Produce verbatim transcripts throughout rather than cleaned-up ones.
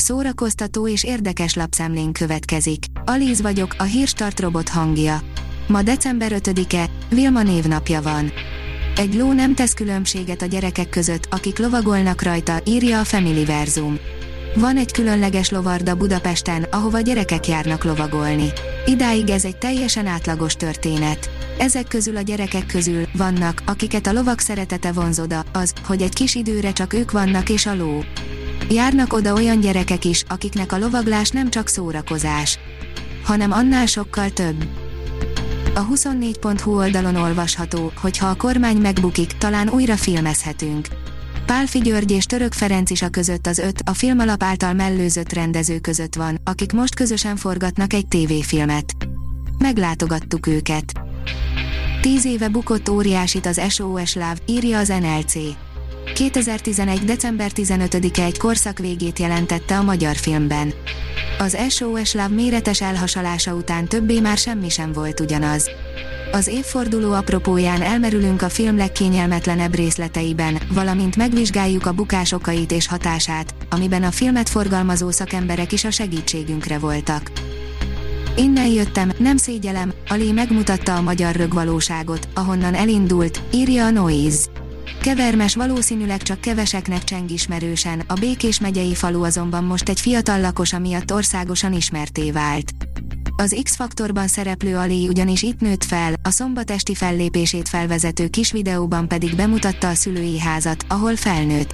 szórakoztató és érdekes lapszemlén következik. Alíz vagyok, a Hírstart robot hangja. Ma december ötödike, Vilma névnapja van. Egy ló nem tesz különbséget a gyerekek között, akik lovagolnak rajta, írja a Familyverzum. Van egy különleges lovarda Budapesten, ahova gyerekek járnak lovagolni. Idáig ez egy teljesen átlagos történet. Ezek közül a gyerekek közül vannak, akiket a lovak szeretete vonz oda, az, hogy egy kis időre csak ők vannak és a ló. Járnak oda olyan gyerekek is, akiknek a lovaglás nem csak szórakozás, hanem annál sokkal több. A huszonnégy pont hu oldalon olvasható, hogy ha a kormány megbukik, talán újra filmezhetünk. Pálffy György és Török Ferenc is a között az öt, a Filmalap által mellőzött rendező között van, akik most közösen forgatnak egy tévéfilmet. Meglátogattuk őket. Tíz éve bukott óriásit az es o es Love, írja az en el cé. kétezer-tizenegy. december tizenötödike egy korszak végét jelentette a magyar filmben. Az es o es Love méretes elhasalása után többé már semmi sem volt ugyanaz. Az évforduló apropóján elmerülünk a film legkényelmetlenebb részleteiben, valamint megvizsgáljuk a bukás okait és hatását, amiben a filmet forgalmazó szakemberek is a segítségünkre voltak. Innen jöttem, nem szégyellem, Ali megmutatta a magyar rögvalóságot, ahonnan elindult, írja a Noise. Kevermes valószínűleg csak keveseknek cseng ismerősen, a Békés megyei falu azonban most egy fiatal lakosa miatt országosan ismertté vált. Az X-faktorban szereplő Ali ugyanis itt nőtt fel, a szombat esti fellépését felvezető kis videóban pedig bemutatta a szülői házat, ahol felnőtt.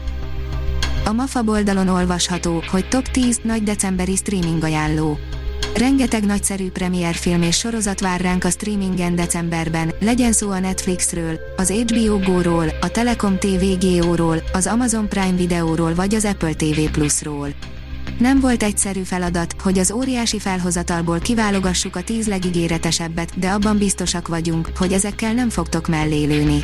A Mafab oldalon olvasható, hogy top tíz nagy decemberi streaming ajánló. Rengeteg nagyszerű premierfilm és sorozat vár ránk a streamingen decemberben, legyen szó a Netflixről, az há bé o Go-ról, a Telekom té vé Go-ról, az Amazon Prime Videóról vagy az Apple té vé Plus-ról. Nem volt egyszerű feladat, hogy az óriási felhozatalból kiválogassuk a tíz legígéretesebbet, de abban biztosak vagyunk, hogy ezekkel nem fogtok mellélőni.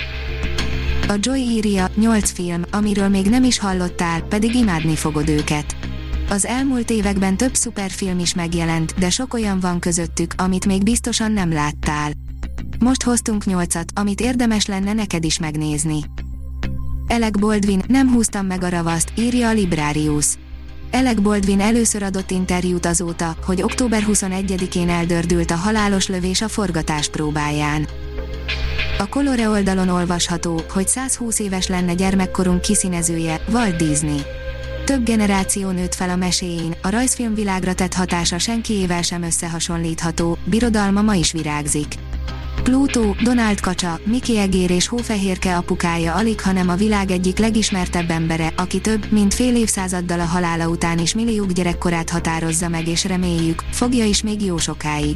A Joy írja, nyolc film, amiről még nem is hallottál, pedig imádni fogod őket. Az elmúlt években több szuperfilm is megjelent, de sok olyan van közöttük, amit még biztosan nem láttál. Most hoztunk nyolcat, amit érdemes lenne neked is megnézni. Alec Baldwin, nem húztam meg a ravaszt, írja a Librarius. Alec Baldwin először adott interjút azóta, hogy október huszonegyedikén eldördült a halálos lövés a forgatás próbáján. A Colore oldalon olvasható, hogy százhúsz éves lenne gyermekkorunk kiszínezője, Walt Disney. Több generáció nőtt fel a meséin, a rajzfilmvilágra tett hatása senkiével sem összehasonlítható, birodalma ma is virágzik. Pluto, Donald kacsa, Mickey egér és Hófehérke apukája alig, hanem a világ egyik legismertebb embere, aki több, mint fél évszázaddal a halála után is milliók gyerekkorát határozza meg, és reméljük, fogja is még jó sokáig.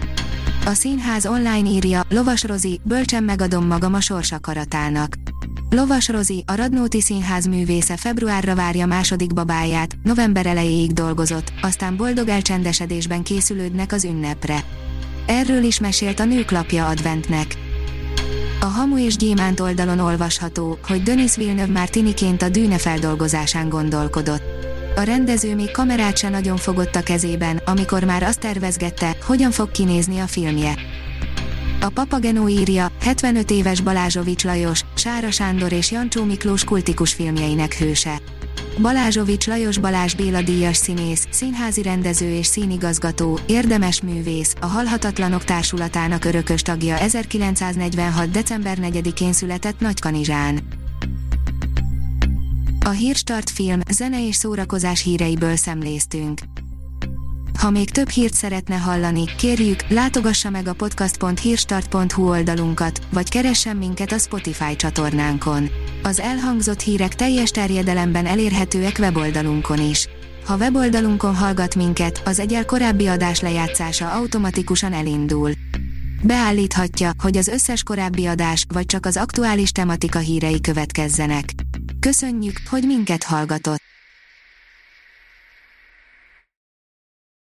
A Színház online írja, Lovas Rozi, bölcsen megadom magam a sors akaratának. Lovas Rozi, a Radnóti Színház művésze februárra várja második babáját, november elejéig dolgozott, aztán boldog elcsendesedésben készülődnek az ünnepre. Erről is mesélt a Nőklapja adventnek. A Hamu és Gyémánt oldalon olvasható, hogy Denis Villeneuve már tiniként a Dűne feldolgozásán gondolkodott. A rendező még kamerát se nagyon fogott a kezében, amikor már azt tervezgette, hogyan fog kinézni a filmje. A Papageno írja, hetvenöt éves Balázsovics Lajos, Sára Sándor és Jancsó Miklós kultikus filmjeinek hőse. Balázsovics Lajos Balázs Béla díjas színész, színházi rendező és színigazgató, érdemes művész, a Halhatatlanok Társulatának örökös tagja, ezerkilencszáznegyvenhat. december negyedikén született Nagykanizsán. A Hírstart film, zene és szórakozás híreiből szemléztünk. Ha még több hírt szeretne hallani, kérjük, látogassa meg a podcast pont hírstart pont hu oldalunkat, vagy keressen minket a Spotify csatornánkon. Az elhangzott hírek teljes terjedelemben elérhetőek weboldalunkon is. Ha weboldalunkon hallgat minket, az egyel korábbi adás lejátszása automatikusan elindul. Beállíthatja, hogy az összes korábbi adás, vagy csak az aktuális tematika hírei következzenek. Köszönjük, hogy minket hallgatott!